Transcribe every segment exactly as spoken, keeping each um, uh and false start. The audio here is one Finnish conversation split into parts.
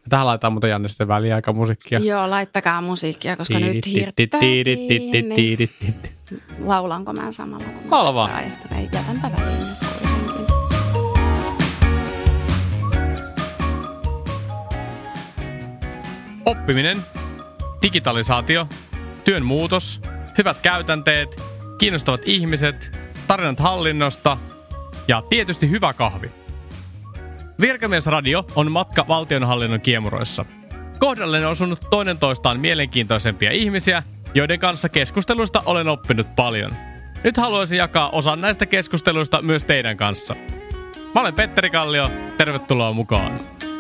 Tähän laitetaan muuten Janne sitten väliaikamusiikkia. Joo, laittakaa musiikkia, koska nyt hirttää kiinni. Laulanko mä samalla? Laula vaan. Ei, jätänpä väliin nyt kuitenkin. Oppiminen, digitalisaatio, työn muutos, hyvät käytänteet, kiinnostavat ihmiset, tarinat hallinnosta ja tietysti hyvä kahvi. Virkamiesradio on matka valtionhallinnon kiemuroissa. Kohdalle on osunut toinen toistaan mielenkiintoisempia ihmisiä, joiden kanssa keskusteluista olen oppinut paljon. Nyt haluaisin jakaa osan näistä keskusteluista myös teidän kanssa. Mä olen Petteri Kallio, tervetuloa mukaan.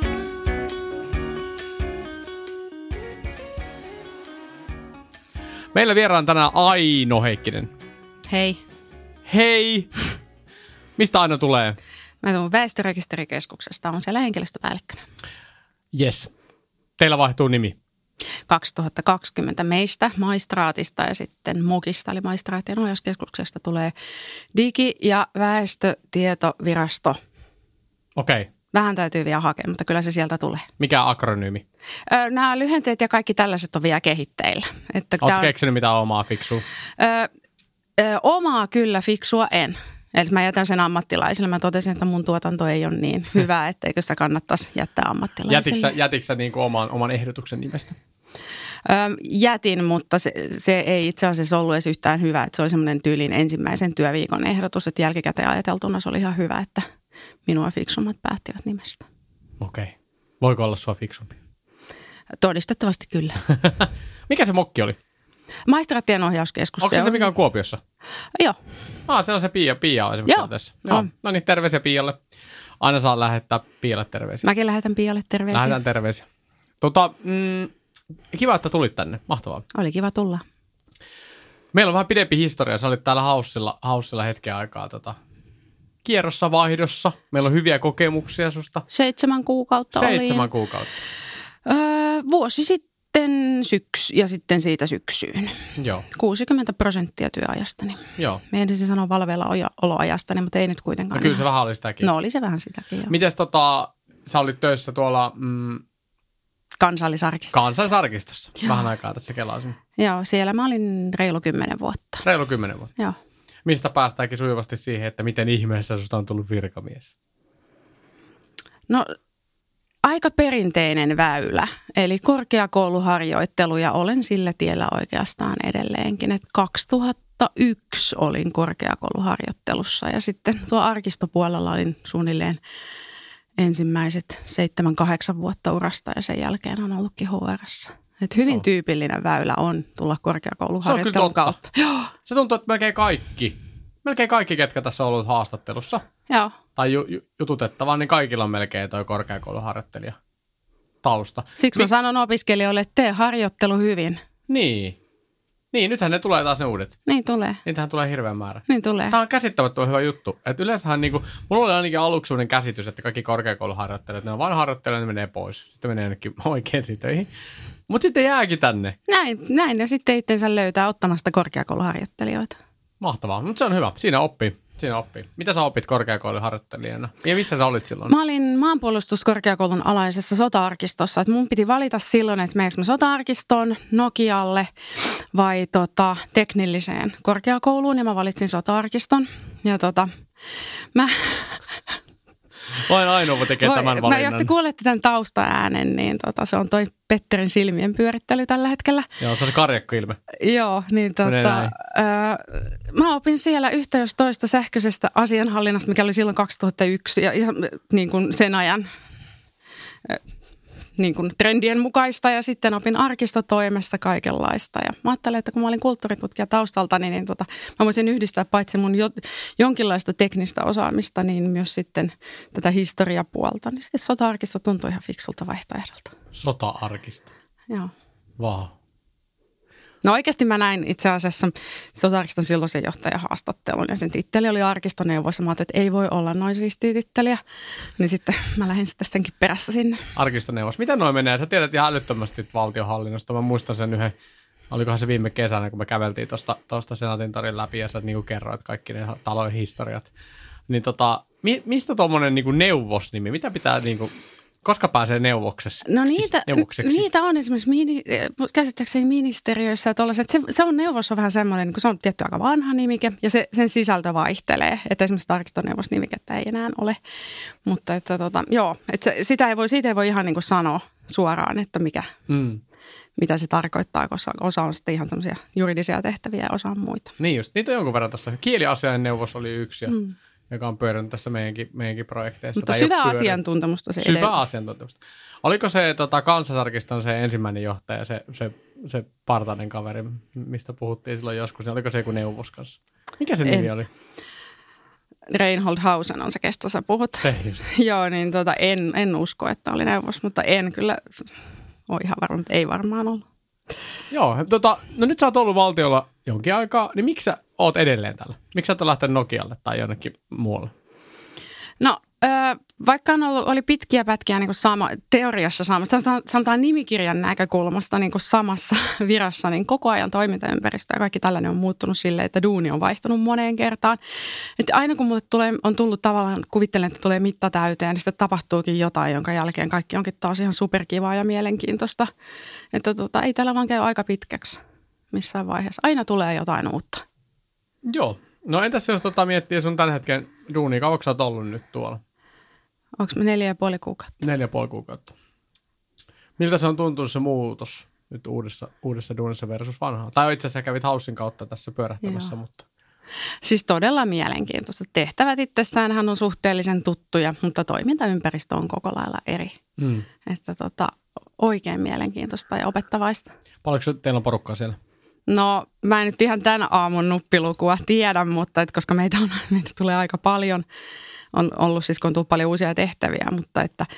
Meillä vieraan tänään Aino Heikkinen. Hei. Hei! Mistä Aino tulee? Mä tulen väestörekisterikeskuksesta, on siellä henkilöstöpäällikkönä. Yes. Teillä vaihtuu nimi. kaksituhattakaksikymmentä meistä maistraatista ja sitten MOKista, eli maistraattien ohjauskeskuksesta tulee Digi- ja väestötietovirasto. Okei. Okay. Vähän täytyy vielä hakea, mutta kyllä se sieltä tulee. Mikä akronyymi? Öö, nämä lyhenteet ja kaikki tällaiset on vielä kehitteillä. Oletko on... keksinyt mitään omaa fiksua? Öö, öö, omaa kyllä, fiksua en. Eli mä jätän sen ammattilaisille. Mä totesin, että mun tuotanto ei ole niin hyvää, etteikö sitä kannattaisi jättää ammattilaisille. Jätitkö sä niin kuin oman, oman ehdotuksen nimestä? Öö, jätin, mutta se, se ei itse asiassa ollut edes yhtään hyvä. Että se oli semmoinen tyylin ensimmäisen työviikon ehdotus, että jälkikäteen ajateltuna se oli ihan hyvä, että minua fiksummat päättivät nimestä. Okei. Okay. Voiko olla sua fiksumpi? Todistettavasti kyllä. Mikä se mokki oli? Maistraattien ohjauskeskus. Onko se se, mikä on Kuopiossa? Joo. Ah, se on se Pia. Pia on esimerkiksi Joo, tässä. Joo. No niin, terveisiä Pialle. Aina saa lähettää Pialle terveisiä. Mäkin lähetän Pialle terveisiä. Lähetän terveisiä. Tota, mm, kiva, että tulit tänne. Mahtavaa. Oli kiva tulla. Meillä on vähän pidempi historia. Sä olit täällä Haussilla, Haussilla hetken aikaa tota, kierrossa vaihdossa. Meillä on hyviä kokemuksia susta. Seitsemän kuukautta Seitsemän oli. Seitsemän kuukautta. Öö, vuosi sitten syksy ja sitten siitä syksyyn. Joo. kuusikymmentä prosenttia työajastani. Joo. Me ensin sanoa valveilla oloajastani, mutta ei nyt kuitenkaan. No kyllä se vähän oli sitäkin. No oli se vähän sitäkin, joo. Mites tota, sä olit töissä tuolla mm, Kansallisarkistossa. Kansallisarkistossa. Vähän aikaa tässä kelasin. Joo, siellä mä olin reilu kymmenen vuotta. Reilu kymmenen vuotta. Joo. Mistä päästäänkin sujuvasti siihen, että miten ihmeessä susta on tullut virkamies? No aika perinteinen väylä, eli korkeakouluharjoittelu ja olen sillä tiellä oikeastaan edelleenkin. Et kaksituhattayksi olin korkeakouluharjoittelussa ja sitten tuo arkistopuolella olin suunnilleen ensimmäiset seitsemän, kahdeksan vuotta urasta ja sen jälkeen on ollutkin H R:ssä. Et hyvin oh. tyypillinen väylä on tulla korkeakouluharjoittelun kautta. Joo. Se tuntuu, että melkein kaikki, melkein kaikki, ketkä tässä on ollut haastattelussa Joo. tai ju- ju- jututettavaa, niin kaikilla on melkein toi korkeakouluharjoittelija tausta. Siksi Mi- mä sanon opiskelijoille, että tee harjoittelu hyvin. Niin. Niin, nythän ne tulee taas ne uudet. Niin tulee. Niitähän tulee hirveän määrä. Niin tulee. Tämä on käsittämättömän hyvä juttu. Että yleensähän niinku, mulla oli ainakin aluksi sellainen käsitys, että kaikki korkeakouluharjoittelijat, ne on vain harjoittelijat, ne menee pois. Sitten menee ainakin oikeisiin töihin. Mutta sitten jääkin tänne. Näin, näin, ja sitten itsensä löytää ottamasta korkeakouluharjoittelijoita. Mahtavaa, mutta se on hyvä. Siinä oppii. Siinä oppii. Mitä sä opit korkeakouluharjoittelijana? Ja missä sä olit silloin? Mä olin maanpuolustuskorkeakoulun alaisessa sota-arkistossa. Et mun piti valita silloin, että meneekö mä sota-arkistoon, Nokialle vai tota, teknilliseen korkeakouluun. Ja mä valitsin sota-arkiston. Ja tota, mä... Vain ainoa tekee tämän valinnan. Mä, jos te kuulette tämän taustaäänen, niin tota, se on toi Petterin silmien pyörittely tällä hetkellä. Joo, se on se karjakkoilme. Joo, niin tota, äh, mä opin siellä yhtä jos toista sähköisestä asianhallinnasta, mikä oli silloin kaksituhattayksi ja ihan niin kuin sen ajan äh, niin kuin trendien mukaista ja sitten opin arkistotoimesta kaikenlaista. Ja mä ajattelin, että kun mä olin kulttuuritutkija taustalta, niin, niin tota, mä voisin yhdistää paitsi mun jo, jonkinlaista teknistä osaamista, niin myös sitten tätä historiapuolta. Niin sitten sota-arkisto tuntui ihan fiksulta vaihtoehdolta. Sota-arkisto? Joo. Vau. Wow. No oikeasti mä näin itse asiassa sota-arkiston silloisen johtajan haastattelun ja sen titteli oli arkistoneuvos. Mä ajattelin, että ei voi olla noin siistiä titteliä. Niin sitten mä lähdin sitten senkin perässä sinne. Arkistoneuvos. Miten noin menee? Sä tiedät ihan älyttömästi valtionhallinnosta. Mä muistan sen yhden, olikohan se viime kesänä, kun me käveltiin tuosta Senaatin torin läpi ja sä niin kuin kerroit kaikki ne talojen historiat. Niin tota, mi, mistä tuommoinen niin kuin neuvosnimi? Mitä pitää niin kuin koska pääsee neuvoksessa? No niitä, niitä on esimerkiksi mini, käsittääkseni ministeriöissä ja tollaiset. Se, se on neuvos on vähän semmoinen, kun se on tietty aika vanha nimike ja se, sen sisältö vaihtelee. Että esimerkiksi tarkistoneuvosnimikettä ei enää ole. Mutta että tota, joo, että se, sitä ei voi, siitä ei voi ihan niin kuin sanoa suoraan, että mikä, mm. mitä se tarkoittaa, koska osa on sitten ihan tämmöisiä juridisia tehtäviä ja osa on muita. Niin just, niitä on jonkun verran tässä. Kieliasiain neuvos oli yksi ja mm. joka on pyörinyt tässä meidänkin, meidänkin projekteissa. Mutta syvä asiantuntemusta se Syvä edellä. asiantuntemusta. Oliko se tota, Kansanarkiston se ensimmäinen johtaja, se, se, se partainen kaveri, mistä puhuttiin silloin joskus, niin oliko se joku neuvos kanssa? Mikä se en. nimi oli? Reinhold Hausen on se, kestä sä puhut. Se just. Joo, niin tota, en, en usko, että oli neuvos, mutta en kyllä ole ihan varma, että ei varmaan ollut. Joo, tota, no nyt sä oot ollut valtiolla jonkin aikaa, niin miksi sä oot edelleen täällä? Miksi sä oot lähtenyt Nokialle tai jonnekin muualle? No, ö, vaikka on ollut, oli pitkiä pätkiä niin kuin sama, teoriassa samassa, sanotaan nimikirjan näkökulmasta niin kuin samassa virassa, niin koko ajan toimintaympäristö ja kaikki tällainen on muuttunut silleen, että duuni on vaihtunut moneen kertaan. Että aina kun mulle tulee, on tullut tavallaan, kuvittelen, että tulee mitta täyteen, niin sitten tapahtuukin jotain, jonka jälkeen kaikki onkin taas ihan superkivaa ja mielenkiintoista. Että tota, ei täällä vaan käy aika pitkäksi missään vaiheessa. Aina tulee jotain uutta. Joo. No entäs jos tota miettii sun tämän hetken duunia, kauanko sä oot ollut nyt tuolla? Onko me neljä ja puoli kuukautta? Neljä ja puoli kuukautta. Miltä se on tuntunut se muutos nyt uudessa, uudessa duunissa versus vanhaa? Tai itse asiassa kävit Haussin kautta tässä pyörähtämässä, Joo. mutta... Siis todella mielenkiintoista. Tehtävät itsessäänhän on suhteellisen tuttuja, mutta toimintaympäristö on koko lailla eri. Mm. Että tota, oikein mielenkiintoista ja opettavaista. Paljonko teillä on porukkaa siellä? No mä en nyt ihan tämän aamun nuppilukua tiedä, mutta et koska meitä, on, meitä tulee aika paljon, on ollut siis kun on tullut paljon uusia tehtäviä, mutta että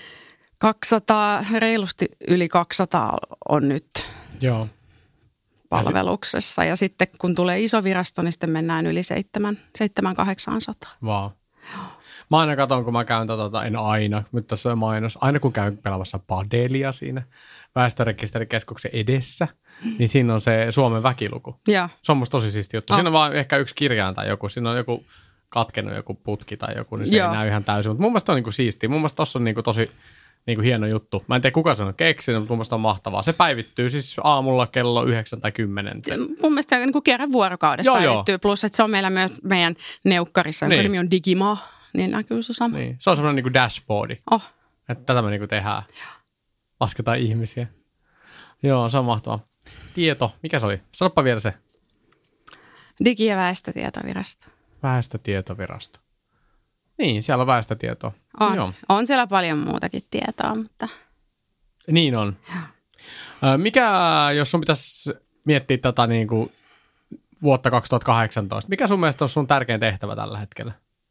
kaksisataa, reilusti yli kaksisataa on nyt Joo. palveluksessa. Ja sitten kun tulee iso virasto, niin sitten mennään yli seitsemän, seitsemän kahdeksansataa. Wow. Mä aina katson, kun mä käyn, tota, en aina, mutta tässä on mainos, aina kun käyn pelaamassa padelia siinä väestörekisterikeskuksen edessä, niin siinä on se Suomen väkiluku. Ja. Se on musta tosi siisti juttu. Oh. Siinä on vaan ehkä yksi kirjain tai joku, siinä on joku katkenut joku putki tai joku, niin se Joo. ei näy ihan täysin. Mutta mun mielestä on niinku siistiä. Mun mielestä tossa on niinku tosi niinku hieno juttu. Mä en tiedä kuka sen on keksinyt, mutta mun mielestä on mahtavaa. Se päivittyy siis aamulla kello yhdeksän tai kymmenen. Se. Mun mielestä se niin kuin kerran vuorokaudessa Joo, päivittyy. Jo. Plus, että se on meillä myös meidän neukkarissa. Niin. Nimi on Digima, niin näkyy se sama. Niin. Se on semmoinen niinku dashboardi. Oh. Että tätä me niinku tehdään. Lasketaan ihmisiä. Joo, se on mahtavaa. Tieto. Mikä se oli? Sanoppa vielä se. Digi- ja väestötietovirasto. Väestötietovirasto. Niin, siellä on väestötietoa. On. Joo. On siellä paljon muutakin tietoa, mutta... Niin on. Joo. Mikä, jos sun pitäisi miettiä tätä niin kuin vuotta kaksituhattakahdeksantoista, mikä sun mielestä on sun tärkein tehtävä tällä hetkellä?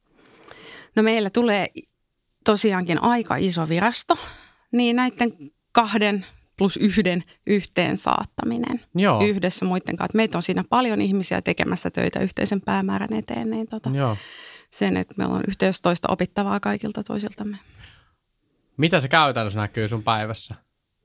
No meillä tulee tosiaankin aika iso virasto, niin näiden kahden plus yhden yhteen saattaminen Joo. yhdessä muiden kanssa. Meitä on siinä paljon ihmisiä tekemässä töitä yhteisen päämäärän eteen, niin tota, sen, että meillä on yhteys toista opittavaa kaikilta toisiltamme. Mitä se käytännössä näkyy sun päivässä?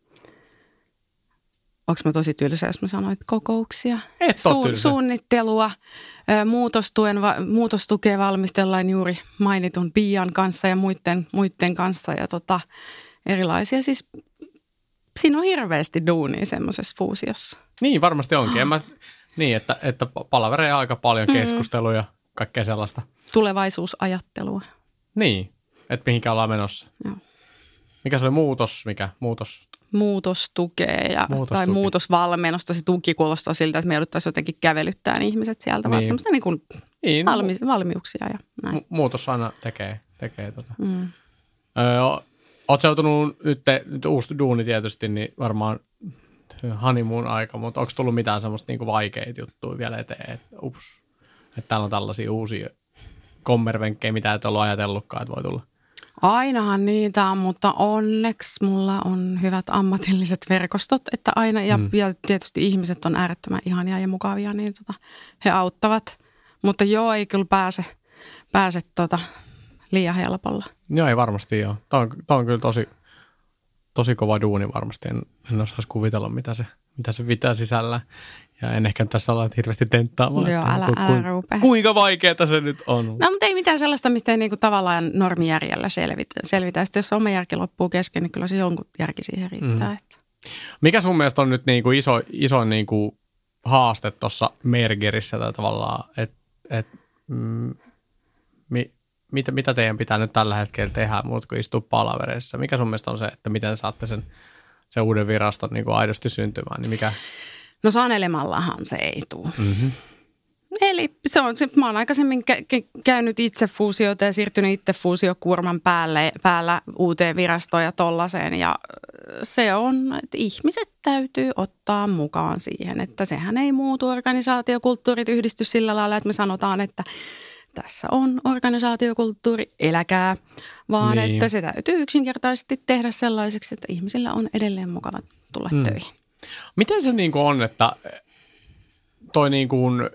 Onko mä tosi tylsä, jos mä sanoin, että kokouksia? Et Suun, suunnittelua, muutostuen, muutostukea valmistellaan juuri mainitun Pian kanssa ja muiden, muiden kanssa ja tota, erilaisia siis... Siinä on hirveästi duunia semmoisessa fuusiossa. Niin, varmasti onkin. Mä, niin, että, että palavereja aika paljon, keskusteluja, mm. kaikkea sellaista. Tulevaisuusajattelua. Niin, että mihinkä ollaan menossa. Joo. Mikä se oli muutos? Mikä? Muutos? Muutostukea ja, tai muutosvalmennusta. Se tuki kuulostaa siltä, että me jouduttaisiin jotenkin kävelyttämään ihmiset sieltä, niin. vaan semmoista niin kuin niin, valmi, valmiuksia ja näin. Mu- muutos aina tekee, tekee tota. Mm. Öö, Oletko joutunut nyt, te, nyt uusi duuni tietysti, niin varmaan honeymoon aika, mutta onko tullut mitään semmoista niinku vaikeita juttuja vielä eteen, että ups, että täällä on tällaisia uusia kommervenkkejä, mitä et ollut ajatellutkaan, että voi tulla? Ainahan niitä on, mutta onneksi mulla on hyvät ammatilliset verkostot, että aina, ja, mm. ja tietysti ihmiset on äärettömän ihania ja mukavia, niin tota, he auttavat, mutta joo, ei kyllä pääse, pääse tota... liian helpolla. Joo, ei varmasti joo. Tämä on, tämä on kyllä tosi, tosi kova duuni varmasti. En, en osaisi kuvitella, mitä se, mitä se pitää sisällä. Ja en ehkä tässä olla hirveästi tenttaamaan. Joo, älä, ku, älä rupea. Kuinka vaikeaa se nyt on? No, mutta ei mitään sellaista, mistä ei niinku tavallaan normijärjellä selvitä. selvitä. Sitten jos oma järki loppuu kesken, niin kyllä se jonkun järki siihen riittää. Mm. Että. Mikä sun mielestä on nyt niinku iso, iso niinku haaste tuossa mergerissä tai tavallaan, että et, mm, mi, mitä, mitä teidän pitää nyt tällä hetkellä tehdä, muut kuin istua palavereissa? Mikä sun mielestä on se, että miten saatte sen, sen uuden viraston niinku aidosti syntymään? Niin mikä? No sanelemallahan se ei tule. Mm-hmm. Eli se on, mä oon aikaisemmin kä- kä- käynyt itse fuusioita ja siirtynyt itse fuusiokurman päälle, päällä uuteen virastoon ja tollaiseen. Ja se on, että ihmiset täytyy ottaa mukaan siihen, että sehän ei muutu organisaatiokulttuurit yhdisty sillä lailla, että me sanotaan, että tässä on organisaatiokulttuuri, eläkää, vaan niin. Että se täytyy yksinkertaisesti tehdä sellaiseksi, että ihmisillä on edelleen mukava tulla mm. töihin. Miten se niin kuin on, että toi niin kuin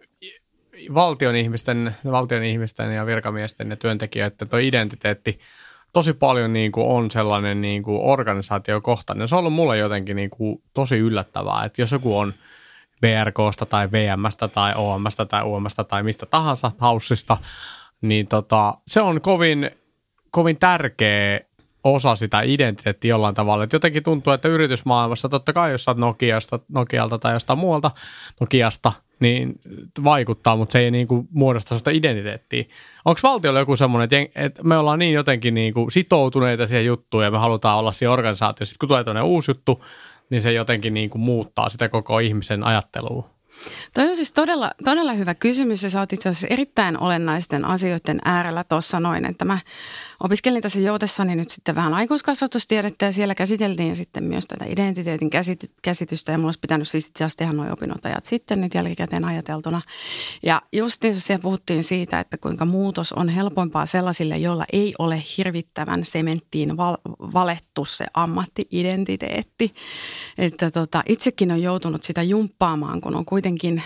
valtion ihmisten, valtion ihmisten ja virkamiesten ja työntekijöiden toi identiteetti tosi paljon niin kuin on sellainen niin kuin organisaatiokohtainen. Se on ollut mulle jotenkin niin kuin tosi yllättävää, että jos joku on V R K:sta tai V M:stä tai O M:stä tai U M:stä tai mistä tahansa haussista, niin tota, se on kovin, kovin tärkeä osa sitä identiteettiä jollain tavalla. Että jotenkin tuntuu, että yritysmaailmassa totta kai, jos sä oot Nokiasta, Nokialta tai jostain muualta Nokiasta, niin vaikuttaa, mutta se ei niin kuin muodosta sellaista identiteettiä. Onko valtiolla joku semmoinen, että me ollaan niin jotenkin niin kuin sitoutuneita siihen juttuun ja me halutaan olla siinä organisaatiossa. Sitten kun tulee toinen uusi juttu, niin se jotenkin niin kuin muuttaa sitä koko ihmisen ajattelua. Toi on siis todella, todella hyvä kysymys ja sä oot itse asiassa erittäin olennaisten asioiden äärellä tuossa noin, että mä opiskelin tässä joutessani nyt sitten vähän aikuiskasvatustiedettä ja siellä käsiteltiin sitten myös tätä identiteetin käsity- käsitystä ja mulla olisi pitänyt siis itse asiassa tehdä nuo opinnot ajat sitten nyt jälkikäteen ajateltuna. Ja justiinsa siellä puhuttiin siitä, että kuinka muutos on helpompaa sellaisille, joilla ei ole hirvittävän sementtiin val- valettu se ammatti-identiteetti. Että tota, itsekin on joutunut sitä jumppaamaan, kun on kuitenkin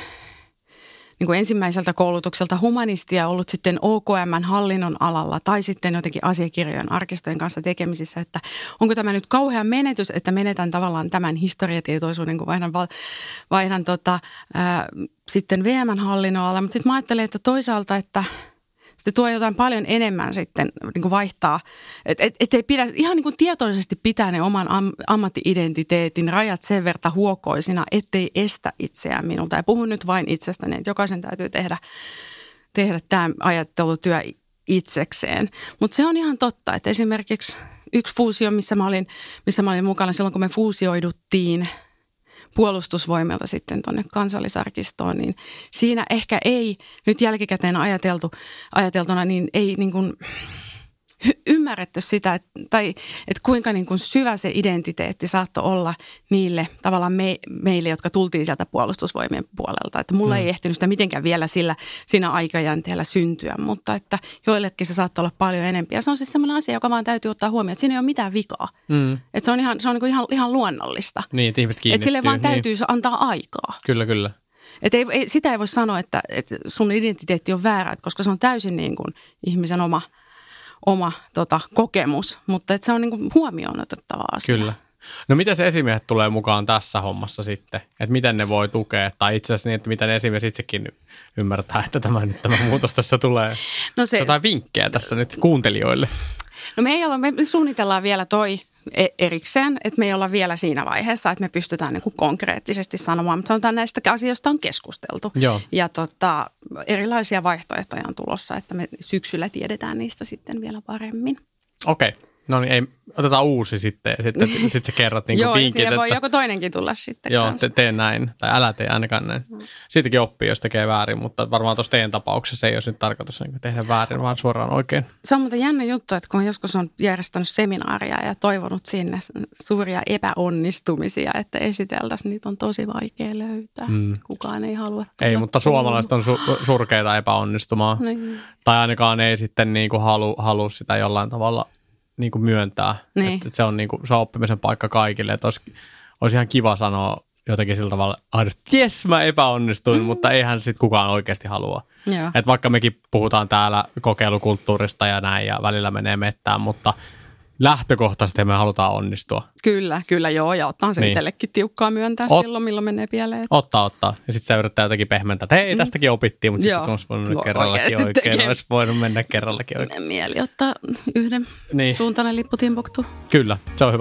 niin kuin ensimmäiseltä koulutukselta humanistia ollut sitten O K M:n hallinnon alalla tai sitten jotenkin asiakirjojen arkistojen kanssa tekemisissä, että onko tämä nyt kauhea menetys, että menetän tavallaan tämän historiatietoisuuden, kun vaihdan, vaihdan tota, ää, sitten V M:n hallinnon alalla. Mutta sitten mä ajattelen, että toisaalta, että se tuo jotain paljon enemmän sitten niin kuin vaihtaa, että et, et ei pidä ihan niin kuin tietoisesti pitää ne oman am, ammatti-identiteetin rajat sen verta huokoisina, ettei estä itseään minulta. Ja puhun nyt vain itsestäni, että jokaisen täytyy tehdä, tehdä tämä ajattelutyö itsekseen. Mutta se on ihan totta, että esimerkiksi yksi fuusio, missä mä olin, missä mä olin mukana silloin, kun me fuusioiduttiin puolustusvoimilta sitten tuonne kansallisarkistoon, niin siinä ehkä ei nyt jälkikäteen ajateltu, ajateltuna, niin ei niin kuin ymmärretty sitä, että, tai että kuinka niin kuin syvä se identiteetti saattoi olla niille tavallaan me, meille, jotka tultiin sieltä puolustusvoimien puolelta. Että mulla mm. ei ehtinyt sitä mitenkään vielä sillä, siinä aikajänteellä syntyä, mutta että joillekin se saattoi olla paljon enemmän. Ja se on siis sellainen asia, joka vaan täytyy ottaa huomioon, että siinä ei ole mitään vikaa. Mm. Että se on ihan, se on niin kuin ihan, ihan luonnollista. Niin, että ihmiset kiinnittyy. Että sille vaan täytyy niin. antaa aikaa. Kyllä, kyllä. Että ei, ei, sitä ei voi sanoa, että, että sun identiteetti on väärä, koska se on täysin niin kuin ihmisen oma oma tota, kokemus, mutta että se on niinku huomioon otettava asia. Kyllä. No miten se esimiehet tulee mukaan tässä hommassa sitten? Että miten ne voi tukea? Tai itse asiassa niin, että miten esimiehet itsekin ymmärtää, että tämä, nyt, tämä muutos tässä tulee. No se, jotain vinkkejä tässä nyt kuuntelijoille. No me ei olla, me suunnitellaan vielä toi erikseen, että me ei olla vielä siinä vaiheessa, että me pystytään niin kuin konkreettisesti sanomaan, mutta sanotaan näistä asioista on keskusteltu. Joo. Ja tota, erilaisia vaihtoehtoja on tulossa, että me syksyllä tiedetään niistä sitten vielä paremmin. Okei. No niin, ei, otetaan uusi sitten ja sitten, sitten sä kerrot niin kuin joo, vinkit. Joo, voi että, joku toinenkin tulla sitten joo, te, tee näin. Tai älä tee ainakaan näin. No. Siitäkin oppii, jos tekee väärin, mutta varmaan tuossa teidän tapauksessa ei olisi nyt tarkoitus niin tehdä väärin, vaan suoraan oikein. Se on muuten jännä juttu, että kun joskus on järjestänyt seminaaria ja toivonut sinne suuria epäonnistumisia, että esiteltäisiin, niitä on tosi vaikea löytää. Mm. Kukaan ei halua. Ei, mutta suomalaiset on su- surkeita epäonnistumaan. Niin. Tai ainakaan ei sitten niin kuin halu, halua sitä jollain tavalla niin kuin myöntää, niin. Että se on, niin kuin, se on oppimisen paikka kaikille, että olisi, olisi ihan kiva sanoa jotenkin sillä tavalla aidosti, että jes mä epäonnistuin, mm. mutta eihän sitten kukaan oikeasti halua. Että vaikka mekin puhutaan täällä kokeilukulttuurista ja näin ja välillä menee mettään, mutta lähtökohtaisesti me halutaan onnistua. Kyllä, kyllä joo, ja ottaa se niin. itsellekin tiukkaa myöntää Ot- silloin, milloin menee pieleen. Ottaa, ottaa. Ja sitten se yrittää jotenkin pehmentää, että hei, tästäkin opittiin, mutta sitten olisi voinut mennä kerrallakin oikein. Olisi voinut mennä kerrallakin oikein. Mieli ottaa yhden niin. suuntainen lippu Timbuktuun. Kyllä, se on hyvä.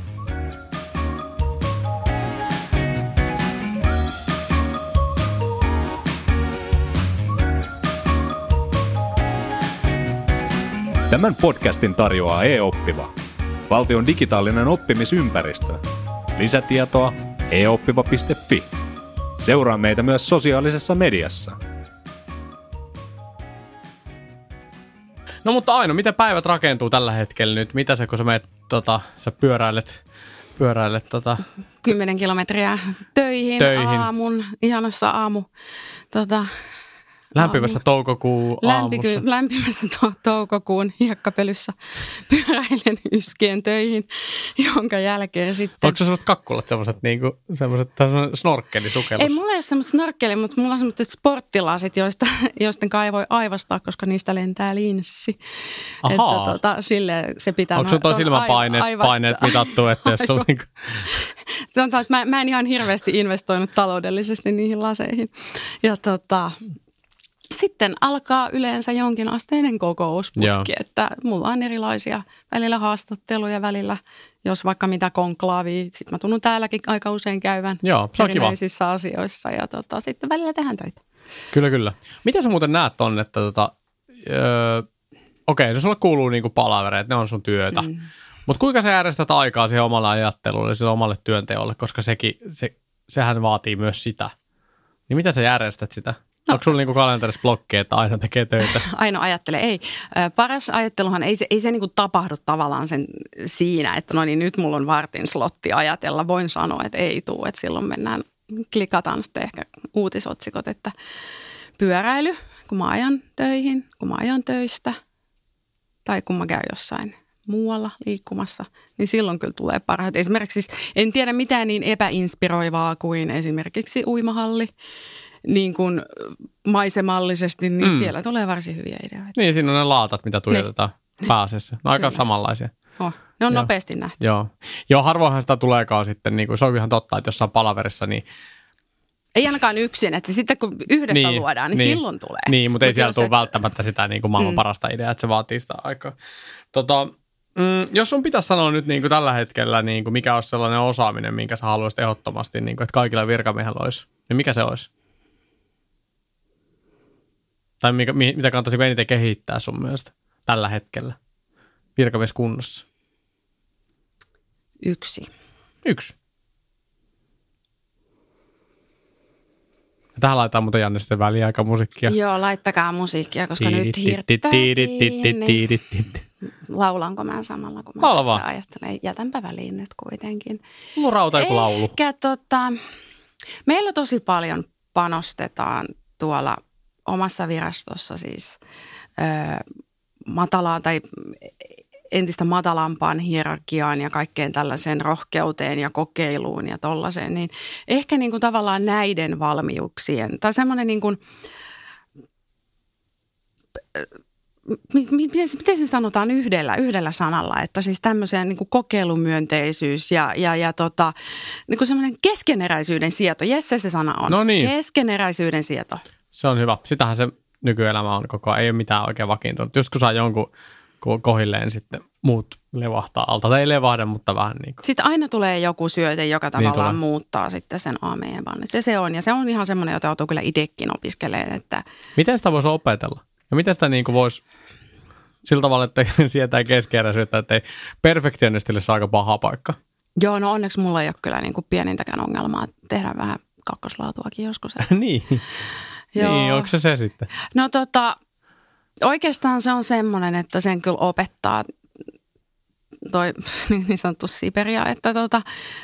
Tämän podcastin tarjoaa e-oppiva, valtion digitaalinen oppimisympäristö. Lisätietoa e oppiva piste fi. Seuraa meitä myös sosiaalisessa mediassa. No mutta Aino, miten päivät rakentuu tällä hetkellä nyt? Mitä se, kun sä menet, tota, sä pyöräilet, pyöräilet tota... Kymmenen kilometriä töihin, töihin. aamun, ihanassa aamu, tota... Lämpimässä toukokuun aamussa. Lämpiky, lämpimässä to, toukokuun hiekkapelyssä pyöräilen yskien töihin, jonka jälkeen sitten... Onko se sellaiset kakkulat, sellaiset, niinku, sellaiset snorkkelisukellus? Ei, mulla ei ole sellaiset snorkkeli, mutta mulla on sellaiset sporttilasit, joista, joisten kai voi aivastaa, koska niistä lentää linssi. Ahaa. Että, tota, sille se pitää... Onko sun toi silmäpaineet paineet mitattu, että jos on niinku... Sanotaan, että mä, mä en ihan hirveästi investoinut taloudellisesti niihin laseihin. Ja tota... Sitten alkaa yleensä jonkin asteinen kokousputki, Joo. että mulla on erilaisia välillä haastatteluja, välillä jos vaikka mitä konklaavia. Sitten mä tunnen täälläkin aika usein käyvän Joo, se on erinäisissä kiva. asioissa ja tota, sitten välillä tehdään töitä. Kyllä, kyllä. Miten sä muuten näet ton, että tota, öö, okei, se sulle kuuluu niinku palavereet, ne on sun työtä. Mm. Mutta kuinka sä järjestät aikaa siihen omalle ajattelulle, sille omalle työnteolle, koska sekin, se, sehän vaatii myös sitä. Niin miten sä järjestät sitä? No. Onko sulla niinku kalenterissa blokki, että aina tekee töitä? Aino ajattelee, ei. Paras ajatteluhan ei se, ei se niinku tapahdu tavallaan sen siinä, että no niin nyt mulla on vartin slotti ajatella. Voin sanoa, että ei tule, että silloin mennään, klikataan sitten ehkä uutisotsikot, että pyöräily, kun mä ajan töihin, kun mä ajan töistä tai kun mä käyn jossain muualla liikkumassa, niin silloin kyllä tulee parhaat. Esimerkiksi siis en tiedä mitään niin epäinspiroivaa kuin esimerkiksi uimahalli. Niin kuin maisemallisesti, niin mm. siellä tulee varsin hyviä ideoita. Niin, siinä on ne laatat, mitä tuijotetaan pääasiassa. No aika Kyllä. samanlaisia. Oh, ne on Joo. nopeasti nähty. Joo. Joo, harvoinhan sitä tuleekaan sitten, niin kuin, se on ihan totta, että jossain palaverissa, niin... Ei ainakaan yksin, että sitten kun yhdessä niin, luodaan, niin, niin silloin tulee. Niin, mutta Mut ei siellä tule et... välttämättä sitä niin kuin maailman mm. parasta ideaa, että se vaatii sitä aikaa. Tota, mm, jos sun pitäisi sanoa nyt niin kuin tällä hetkellä, niin kuin mikä olisi sellainen osaaminen, minkä sä haluaisit ehdottomasti, niin kuin, että kaikilla virkamiehillä olisi, niin mikä se olisi? Tai mikä, mitä kannattaisi eniten kehittää sun mielestä tällä hetkellä virkamieskunnossa? Yksi. Yksi. Ja tähän laitetaan muuten Janne sitten väliaikamusiikkia. Joo, laittakaa musiikkia, koska nyt hirttää kiinni. Laulanko mä samalla, kun mä tässä ajattelen? Jätänpä väliin nyt kuitenkin. Mulla on rauta joku laulu. Ehkä tota, meillä tosi paljon panostetaan tuolla omassa virastossa siis ö, matalaan tai entistä matalampaan hierarkiaan ja kaikkeen tällaiseen rohkeuteen ja kokeiluun ja tollaiseen, niin ehkä niin kuin tavallaan näiden valmiuksien tai semmoinen niin kuin, miten, miten se sanotaan yhdellä, yhdellä sanalla, että siis tämmöisen niin kuin kokeilumyönteisyys ja, ja, ja tota, niin kuin semmoinen keskeneräisyyden sieto. Jesse se sana on. No niin. Keskeneräisyyden sieto. Se on hyvä. Sitähän se nykyelämä on koko ajan. Ei ole mitään oikein vakiintunut. Just kun saa jonkun kohilleen, sitten muut levahtaa alta. Tai ei levahda, mutta vähän niin kuin. Sitten aina tulee joku syöte, joka tavallaan niin muuttaa sitten sen aameen. Se se on. Ja se on ihan semmoinen, jota joutuu kyllä itsekin opiskelemaan. Että... Miten sitä voisi opetella? Ja miten sitä niin kuin voisi sillä tavalla, että sietää keskeeräisyyttä, että ei perfektionistille saa aika paha paikka? Joo, no onneksi mulla ei ole kyllä niin kuin pienintäkään ongelmaa. Tehdään vähän kakkoslaatuakin joskus. niin. Joo. Niin, onko se se sitten? No tota, oikeastaan se on semmoinen, että sen kyllä opettaa toi niin sanottu Siberia, että tota,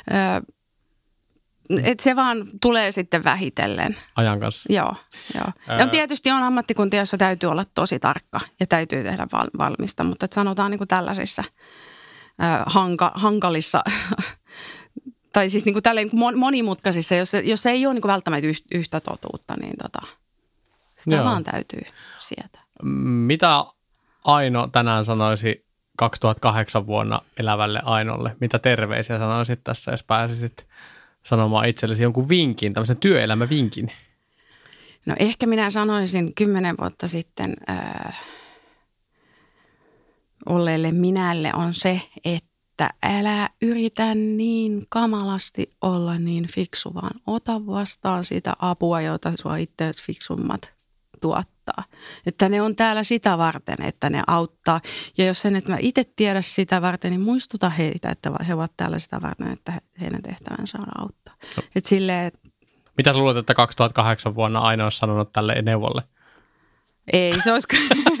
et se vaan tulee sitten vähitellen. Ajan kanssa. Joo, joo. Ää... Ja tietysti on ammattikuntia, jossa täytyy olla tosi tarkka ja täytyy tehdä val- valmista, mutta sanotaan niin kuin tällaisissa ää, hanka, hankalissa tai siis niin kuin tälleen monimutkaisissa, jos, jos ei ole niin kuin välttämättä yhtä totuutta, niin tota, sitä Joo. vaan täytyy sietää. Mitä Aino tänään sanoisi kaksituhattakahdeksan vuonna elävälle Ainolle? Mitä terveisiä sanoisit tässä, jos pääsisit sanomaan itsellesi jonkun vinkin, tämmöisen työelämävinkin? No ehkä minä sanoisin kymmenen vuotta sitten äh, olleelle minälle on se, että älä yritä niin kamalasti olla niin fiksu, vaan ota vastaan sitä apua, jota sua itse fiksummat tuottaa. Että ne on täällä sitä varten, että ne auttaa. Ja jos en et mä itse tiedä sitä varten, niin muistuta heitä, että he ovat täällä sitä varten, että heidän tehtävänsä on auttaa. No. Et silleen, mitä sä luulet, että kaksituhattakahdeksan vuonna Aino olisi sanonut tälle neuvolle? Ei, se olisi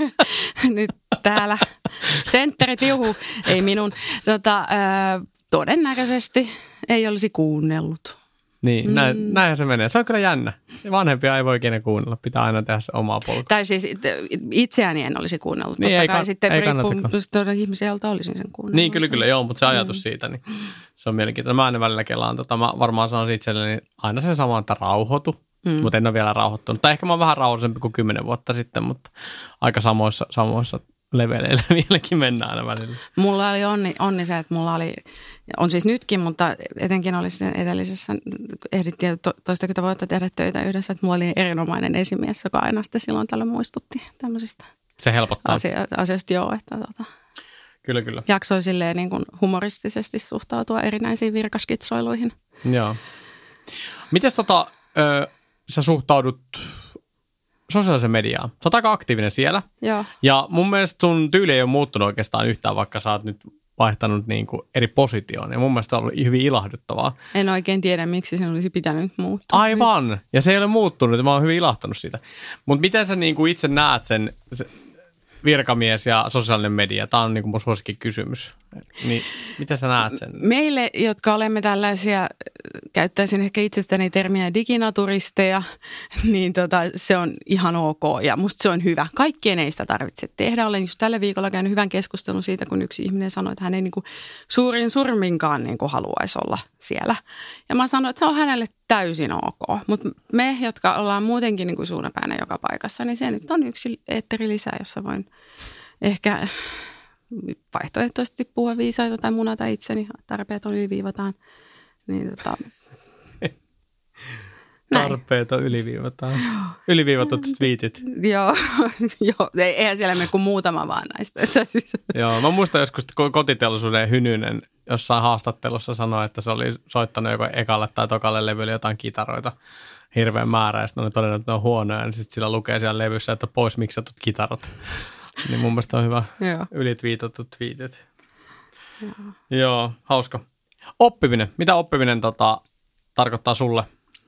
nyt täällä sentterit juhuu, ei minun. Tota, äh, todennäköisesti ei olisi kuunnellut. Niin, mm. näin, näinhän se menee. Se on kyllä jännä. Vanhempia ei voi kenen kuunnella. Pitää aina tehdä se omaa polkua. Tai siis itseäni en olisi kuunnellut. Niin, Totta ei, kai ka- sitten ei riippuu ihmisiä, joilta olisin sen kuunnellut. Niin, kyllä, kyllä. Joo, mutta se ajatus mm. siitä, niin se on mielenkiintoinen. Mä aina välillä kelaan. Tota, mä varmaan sanon itselleni aina se sama, että rauhoitu. Mm. Mutta en ole vielä rauhoittunut. Tai ehkä mä oon vähän rauhallisempi kuin kymmenen vuotta sitten, mutta aika samoissa, samoissa leveleillä vieläkin mennään aina välillä. Mulla oli onni, onni se, että mulla oli, on siis nytkin, mutta etenkin oli sitten edellisessä, ehdittiin to, toistakymmentä vuotta tehdä töitä yhdessä, että mulla oli erinomainen esimies, joka aina sitten silloin tällöin muistutti tämmöisistä se helpottaa. Asia, asioista, joo, että tota, kyllä, kyllä. Jaksoi silleen niin kuin humoristisesti suhtautua erinäisiin virkaskitsoiluihin. Joo. Mites tota, ö, sä suhtaudut sosiaalisen mediaan? Sä oot aika aktiivinen siellä. Joo. Ja mun mielestä sun tyyli ei ole muuttunut oikeastaan yhtään, vaikka sä oot nyt vaihtanut niin kuin eri positioon. Ja mun mielestä se on ollut hyvin ilahduttavaa. En oikein tiedä, miksi sen olisi pitänyt muuttua. Aivan. Ja se ei ole muuttunut. Ja mä oon hyvin ilahtunut siitä. Mutta miten sä niin kuin itse näet sen se virkamies ja sosiaalinen media? Tämä on niin kuin mun suosikin kysymys. Niin miten sä näet sen? Meille, jotka olemme tällaisia, käyttäisin ehkä itsestäni termiä diginaturisteja, niin tota, se on ihan ok ja musta se on hyvä. Kaikkien ei sitä tarvitse tehdä. Olen just tällä viikolla käynyt hyvän keskustelun siitä, kun yksi ihminen sanoi, että hän ei niin kuin suurin surminkaan niin kuin haluaisi olla siellä. Ja mä sanoin, että se on hänelle täysin ok. Mutta me, jotka ollaan muutenkin niin kuin suunapäänä joka paikassa, niin se nyt on yksi eetteri lisää, jossa voin ehkä vaihtoehtoisesti puhua viisaita tai munata itseni, tarpeet yliviivataan. Niin tota, tarpeet on yliviivataan. Yliviivatut tweetit. Joo, joo, eihän siellä mene kuin muutama vaan näistä. Joo, mä muistan joskus kotiteollisuuden Hynynen jossain haastattelussa sanoi, että se oli soittanut joko ekalle tai tokalle levylle jotain kitaroita hirveän määrä, ja sitten on todennut, että ne on huonoja, ja sitten sillä lukee siellä levyssä, että pois miksatut kitarat. Niin mun mielestä on hyvä ylitviitatut tweetit. Joo. Joo, hauska. Oppiminen. Mitä oppiminen tota, tarkoittaa sulle?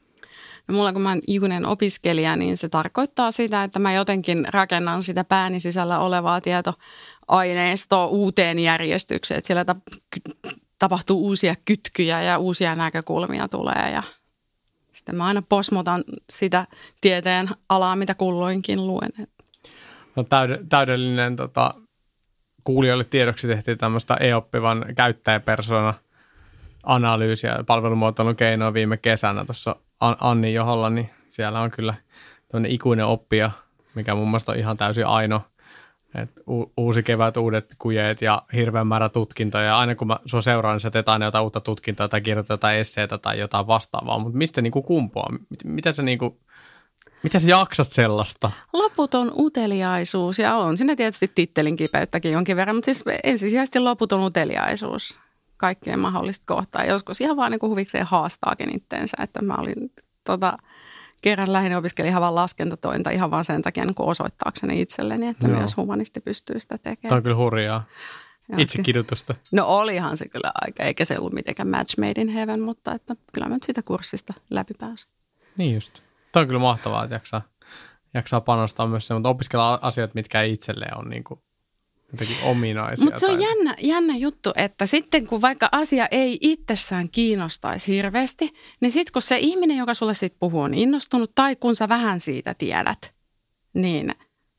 No mulla kun mä oon ikuinen opiskelija, niin se tarkoittaa sitä, että mä jotenkin rakennan sitä pääni sisällä olevaa tietoaineistoa uuteen järjestykseen. Että siellä tapahtuu uusia kytkyjä ja uusia näkökulmia tulee ja sitten mä aina posmotan sitä tieteen alaa, mitä kulloinkin luen. No täydellinen tota, kuulijoille tiedoksi tehtiin tämmöistä e-oppivan käyttäjäpersona analyysiä palvelumuotoilun keinoa viime kesänä tuossa Annin joholla, niin siellä on kyllä tämmöinen ikuinen oppija, mikä mun mielestä on ihan täysin aino. Et u- uusi kevät, uudet kujeet ja hirveän määrä tutkintoja. Ja aina kun mä sua seuraan, niin sä teet aina jotain uutta tutkintoa tai kirjoitat jotain esseitä tai jotain vastaavaa. Mutta mistä niinku kumpuaa? Mitä sä niinku... Miten sä jaksat sellaista? Loputon uteliaisuus ja on siinä tietysti tittelin kipeyttäkin jonkin verran, mutta siis ensisijaisesti loputon uteliaisuus kaikkeen mahdollista kohtaa. Joskus ihan vaan niin kuin huvikseen haastaakin itteensä, että mä olin tota, kerran lähinnä opiskelin ihan vaan laskentatointa ihan vaan sen takia niin kuin osoittaakseni itselleni, että Joo. myös humanisti pystyy sitä tekemään. Tämä on kyllä hurjaa. Itsekidutusta. No olihan se kyllä aika, eikä se ollut mitenkään match made in heaven, mutta että kyllä mä nyt siitä kurssista läpi pääsin. Niin just. Tämä on kyllä mahtavaa, että jaksaa, jaksaa panostaa myös se, mutta opiskella asioita, mitkä ei itselleen ole niin kuin jotenkin ominaisia. Mutta se on jännä, jännä juttu, että sitten kun vaikka asia ei itsessään kiinnostaisi hirveästi, niin sitten kun se ihminen, joka sulle sitten puhuu, on innostunut tai kun sä vähän siitä tiedät, niin,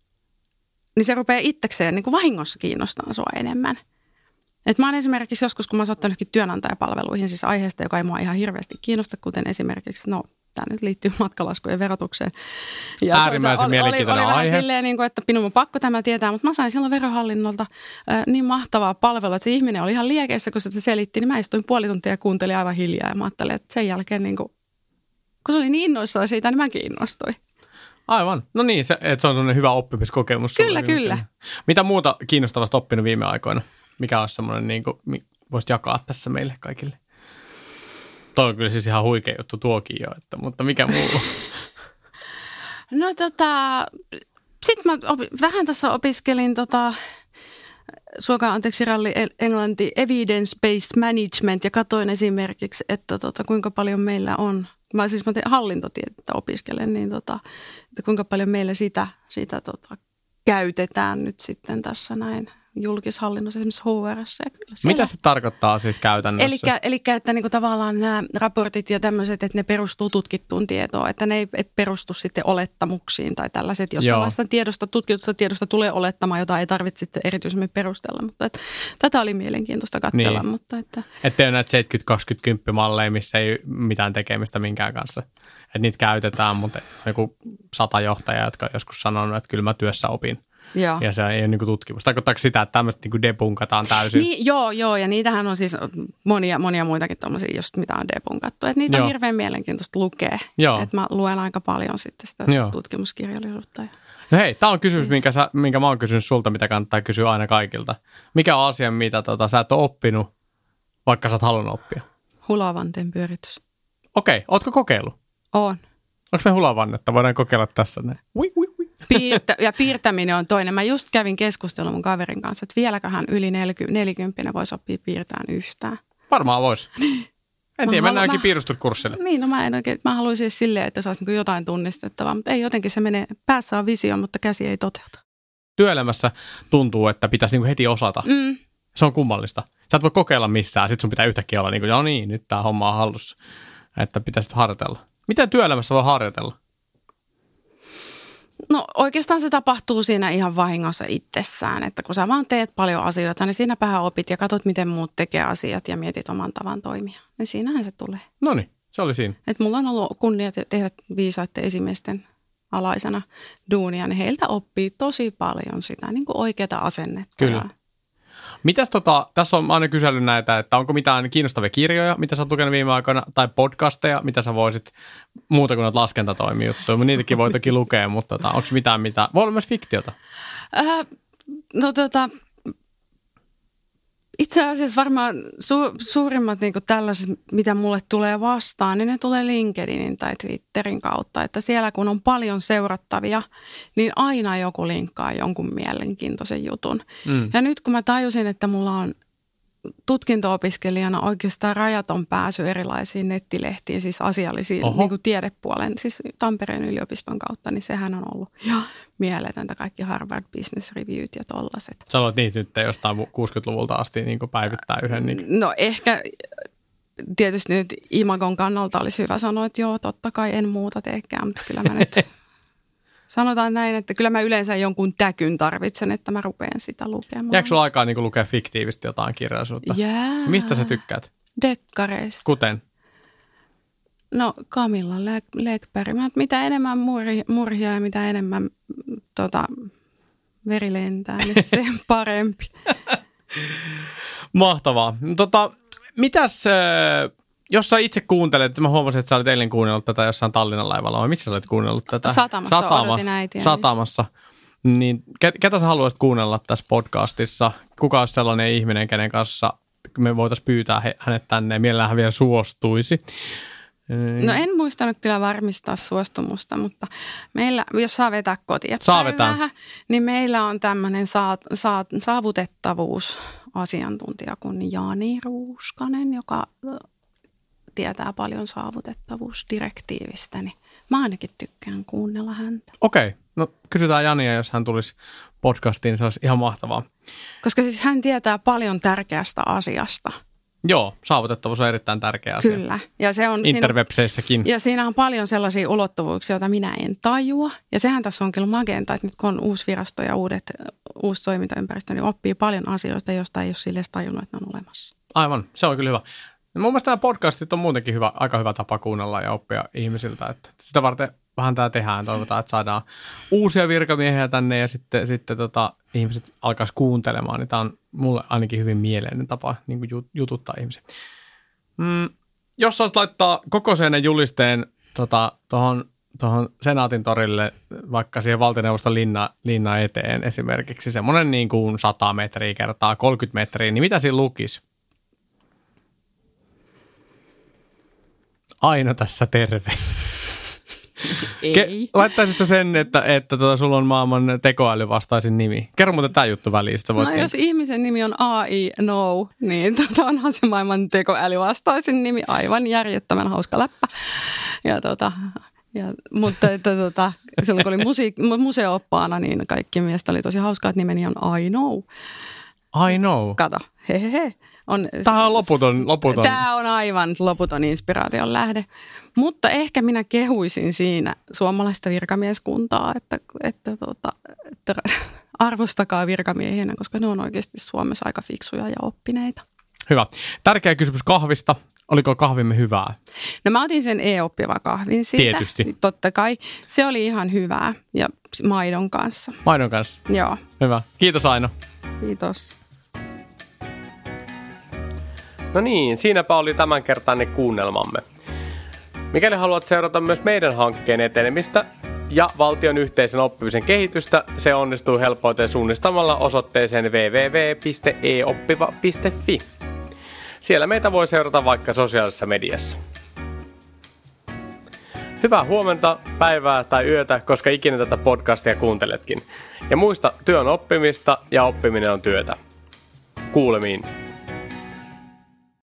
niin se rupeaa itsekseen niin kuin vahingossa kiinnostamaan sua enemmän. Et mä oon esimerkiksi joskus, kun mä oon ottanut työnantajapalveluihin, siis aiheesta, joka ei mua ihan hirveästi kiinnosta, kuten esimerkiksi, no tämä nyt liittyy matkalaskujen verotukseen. Ja äärimmäisen oli, mielenkiintoinen oli, oli aihe. Vähän silleen, niin kuin, että minun on pakko tämä tietää, mutta mä sain silloin verohallinnolta äh, niin mahtavaa palvelua, että se ihminen oli ihan liekeissä, kun se selitti, niin mä istuin puoli tuntia ja kuuntelin aivan hiljaa ja mä ajattelin, että sen jälkeen, niin kuin, kun se oli niin innoissaan siitä, niin mäkin innostuin. Aivan. No niin, se, että se on sellainen hyvä oppimiskokemus. Kyllä, kyllä. Hyvä. Mitä muuta kiinnostavasta oppinut viime aikoina? Mikä olisi semmoinen, niin kuin, voisit jakaa tässä meille kaikille? Toi on kyllä siis ihan huikea juttu tuokin jo, että, mutta mikä muu? No tota, sit mä opi, vähän tässä opiskelin tota, suokaa anteeksi ralli englanti, evidence-based management ja katoin esimerkiksi, että tota, kuinka paljon meillä on, mä siis mä teen hallintotiedettä opiskelen, niin tota, että kuinka paljon meillä sitä, sitä tota, käytetään nyt sitten tässä näin julkishallinnossa, esimerkiksi H R:ssä. Mitä se tarkoittaa siis käytännössä? Elikkä, elikkä että niinku tavallaan nämä raportit ja tämmöiset, että ne perustuu tutkittuun tietoon, että ne ei, ei perustu sitten olettamuksiin tai tällaiset. Jos vasta tiedosta, tutkitusta tiedosta tulee olettamaan, jota ei tarvitse sitten erityisemmin perustella. Mutta että, tätä oli mielenkiintoista katsella. Niin. Mutta että Että ei ole näitä seitsemänkymmentä kaksikymmentä malleja, missä ei mitään tekemistä minkään kanssa. Että niitä käytetään, mutta joku sata johtajaa, jotka on joskus sanonut, että kyllä mä työssä opin. Joo. Ja se ei ole niin tutkimus. Tarkoittaako sitä, että tämmöistä niin debunkataan täysin? Niin, joo, joo, ja niitähän on siis monia, monia muitakin tommosia, just mitä on debunkattu. Että niitä joo. on hirveän mielenkiintoista lukea. Että mä luen aika paljon sitten sitä joo. tutkimuskirjallisuutta. No hei, tää on kysymys, minkä, sä, minkä mä oon kysynyt sulta, mitä kannattaa kysyä aina kaikilta. Mikä on asia, mitä tota, sä et ole oppinut, vaikka sä oot halunnut oppia? Hulavanteen pyöritys. Okei, ootko kokeillut? Oon. Onko me hulavannetta? Voidaan kokeilla tässä näin. Ui, ui, ui. Piirtä, ja piirtäminen on toinen. Mä just kävin keskustelun mun kaverin kanssa, että vieläköhän yli neljäkymmentä voisi oppia piirtämään yhtään. Varmaan voisi. En tiedä, mennään ainakin piirustuskurssille. Niin, no mä en oikein, mä haluaisin edes silleen, että saisi niin jotain tunnistettavaa, mutta ei jotenkin se menee, päässä on visio, mutta käsi ei toteuta. Työelämässä tuntuu, että pitäisi niin heti osata. Mm. Se on kummallista. Sä et voi kokeilla missään, sit sun pitää yhtäkkiä olla niin kuin, no niin, nyt tää homma on hallussa, että pitäisi harjoitella. Miten työelämässä voi harjoitella? No oikeastaan se tapahtuu siinä ihan vahingossa itsessään, että kun sä vaan teet paljon asioita, niin siinäpähän opit ja katsot, miten muut tekee asiat ja mietit oman tavan toimia. Niin siinähän se tulee. No niin, se oli siinä. Että mulla on ollut kunnia tehdä viisaiden esimiesten alaisena duunia, niin heiltä oppii tosi paljon sitä niin kuin oikeata asennetta. Kyllä. Ja Mitäs tota, tässä on aina kysellyt näitä, että onko mitään kiinnostavia kirjoja, mitä sä oot lukenut viime aikoina, tai podcasteja, mitä sä voisit, muuta kuin noita laskentatoimijuttuja, niitäkin voi toki lukea, mutta tota, onko mitään, mitä, voi olla myös fiktiota? Äh, no tota, itse asiassa varmaan su- suurimmat niin kuin tällaiset, mitä mulle tulee vastaan, niin ne tulee LinkedInin tai Twitterin kautta. Että siellä kun on paljon seurattavia, niin aina joku linkkaa jonkun mielenkiintoisen jutun. Mm. Ja nyt kun mä tajusin, että mulla on tutkinto-opiskelijana oikeastaan rajaton pääsy erilaisiin nettilehtiin, siis asiallisiin niin kuin tiedepuolen, siis Tampereen yliopiston kautta, niin sehän on ollut ja mieletöntä kaikki Harvard Business Reviewt ja tollaset. Sä olet niitä nyt jostain kuusikymmentäluvulta asti niin kuin päivittää yhden. Niin... No ehkä tietysti nyt imagon kannalta olisi hyvä sanoa, että joo, totta kai en muuta teekään, mutta kyllä mä nyt sanotaan näin, että kyllä mä yleensä jonkun täkyn tarvitsen, että mä rupean sitä lukemaan. Jääkö sulla aikaa niin lukea fiktiivisesti jotain kirjallisuutta? Jää. Mistä sä tykkäät? Dekkareista. Kuten? No Camilla Läckberg. Mitä enemmän murhi, murhia ja mitä enemmän tota, veri lentää, niin se on parempi. Mahtavaa. Tota, mitäs... Äh... Jos sä itse kuuntelet, mä huomasin, että sä olit eilen kuunnellut tätä jossain Tallinnan laivalla, vai missä sä olit kuunnellut tätä? Satamassa, Satama, odotin äitiä. Satamassa. Niin ketä sä haluaisit kuunnella tässä podcastissa? Kuka olisi sellainen ihminen, kenen kanssa me voitaisiin pyytää hänet tänne ja mielellään hän vielä suostuisi? No en muistanut kyllä varmistaa suostumusta, mutta meillä, jos saa vetää kotiin saa vetää. Vähän, niin meillä on tämmöinen saat, saat, saavutettavuusasiantuntija kuin Jani Ruuskanen, joka tietää paljon saavutettavuusdirektiivistä, niin mä ainakin tykkään kuunnella häntä. Okei, no kysytään Jania, jos hän tulisi podcastiin, niin se olisi ihan mahtavaa. Koska siis hän tietää paljon tärkeästä asiasta. Joo, saavutettavuus on erittäin tärkeä asia. Kyllä. Ja se on interwebseissäkin. Siinä, ja siinä on paljon sellaisia ulottuvuuksia, joita minä en tajua. Ja sehän tässä on kyllä magenta, että nyt kun on uusi virasto ja uudet, uusi toimintaympäristö, niin oppii paljon asioista, joista ei ole sille tajunnut, että ne on olemassa. Aivan, se on kyllä hyvä. Ja mun mielestä nämä podcastit on muutenkin hyvä, aika hyvä tapa kuunnella ja oppia ihmisiltä. Että sitä varten vähän tämä tehdään. Toivotaan, että saadaan uusia virkamiehiä tänne ja sitten, sitten tota, ihmiset alkaisi kuuntelemaan. Niin tämä on mulle ainakin hyvin mieleinen tapa niin kuin jututtaa ihmisiä. Mm, jos saisit laittaa kokoiseen julisteen tuohon tota, tuohon Senaatin torille, vaikka siihen valtioneuvoston linna, linna eteen esimerkiksi, semmoinen niin kuin sata metriä kertaa kolmekymmentä metriä, niin mitä siinä lukisi? Aino tässä terve. Ei. Ke- laittaisitko sen, että, että tuota, sulla on maailman tekoälyvastaisin nimi? Kerro muuten tämä juttu väliin. Sä voit no, jos ihmisen nimi on A I No, niin tota, onhan se maailman tekoälyvastaisin nimi. Aivan järjettömän hauska läppä. Ja tota... Ja, mutta että, tota, silloin kun oli musiik- museo-oppaana, niin kaikki mielestä oli tosi hauskaa, että nimeni on I Know. I know. Kato, hehehe. On, Tämä on loputon, loputon. Tämä on aivan loputon inspiraation lähde. Mutta ehkä minä kehuisin siinä suomalaista virkamieskuntaa, että, että, tota, että arvostakaa virkamiehinä, koska ne on oikeasti Suomessa aika fiksuja ja oppineita. Hyvä. Tärkeä kysymys kahvista. Oliko kahvimme hyvää? No mä otin sen e-oppiva kahvin siitä. Tietysti. Totta kai. Se oli ihan hyvää ja maidon kanssa. Maidon kanssa? Joo. Hyvä. Kiitos Aino. Kiitos. No niin, siinäpä oli tämänkertainen kuunnelmamme. Mikäli haluat seurata myös meidän hankkeen etenemistä ja valtion yhteisen oppimisen kehitystä, se onnistuu helpoiten suunnistamalla osoitteeseen double-u double-u double-u piste e oppiva piste f i. Siellä meitä voi seurata vaikka sosiaalisessa mediassa. Hyvää huomenta, päivää tai yötä, koska ikinä tätä podcastia kuunteletkin. Ja muista, työ on oppimista ja oppiminen on työtä. Kuulemiin.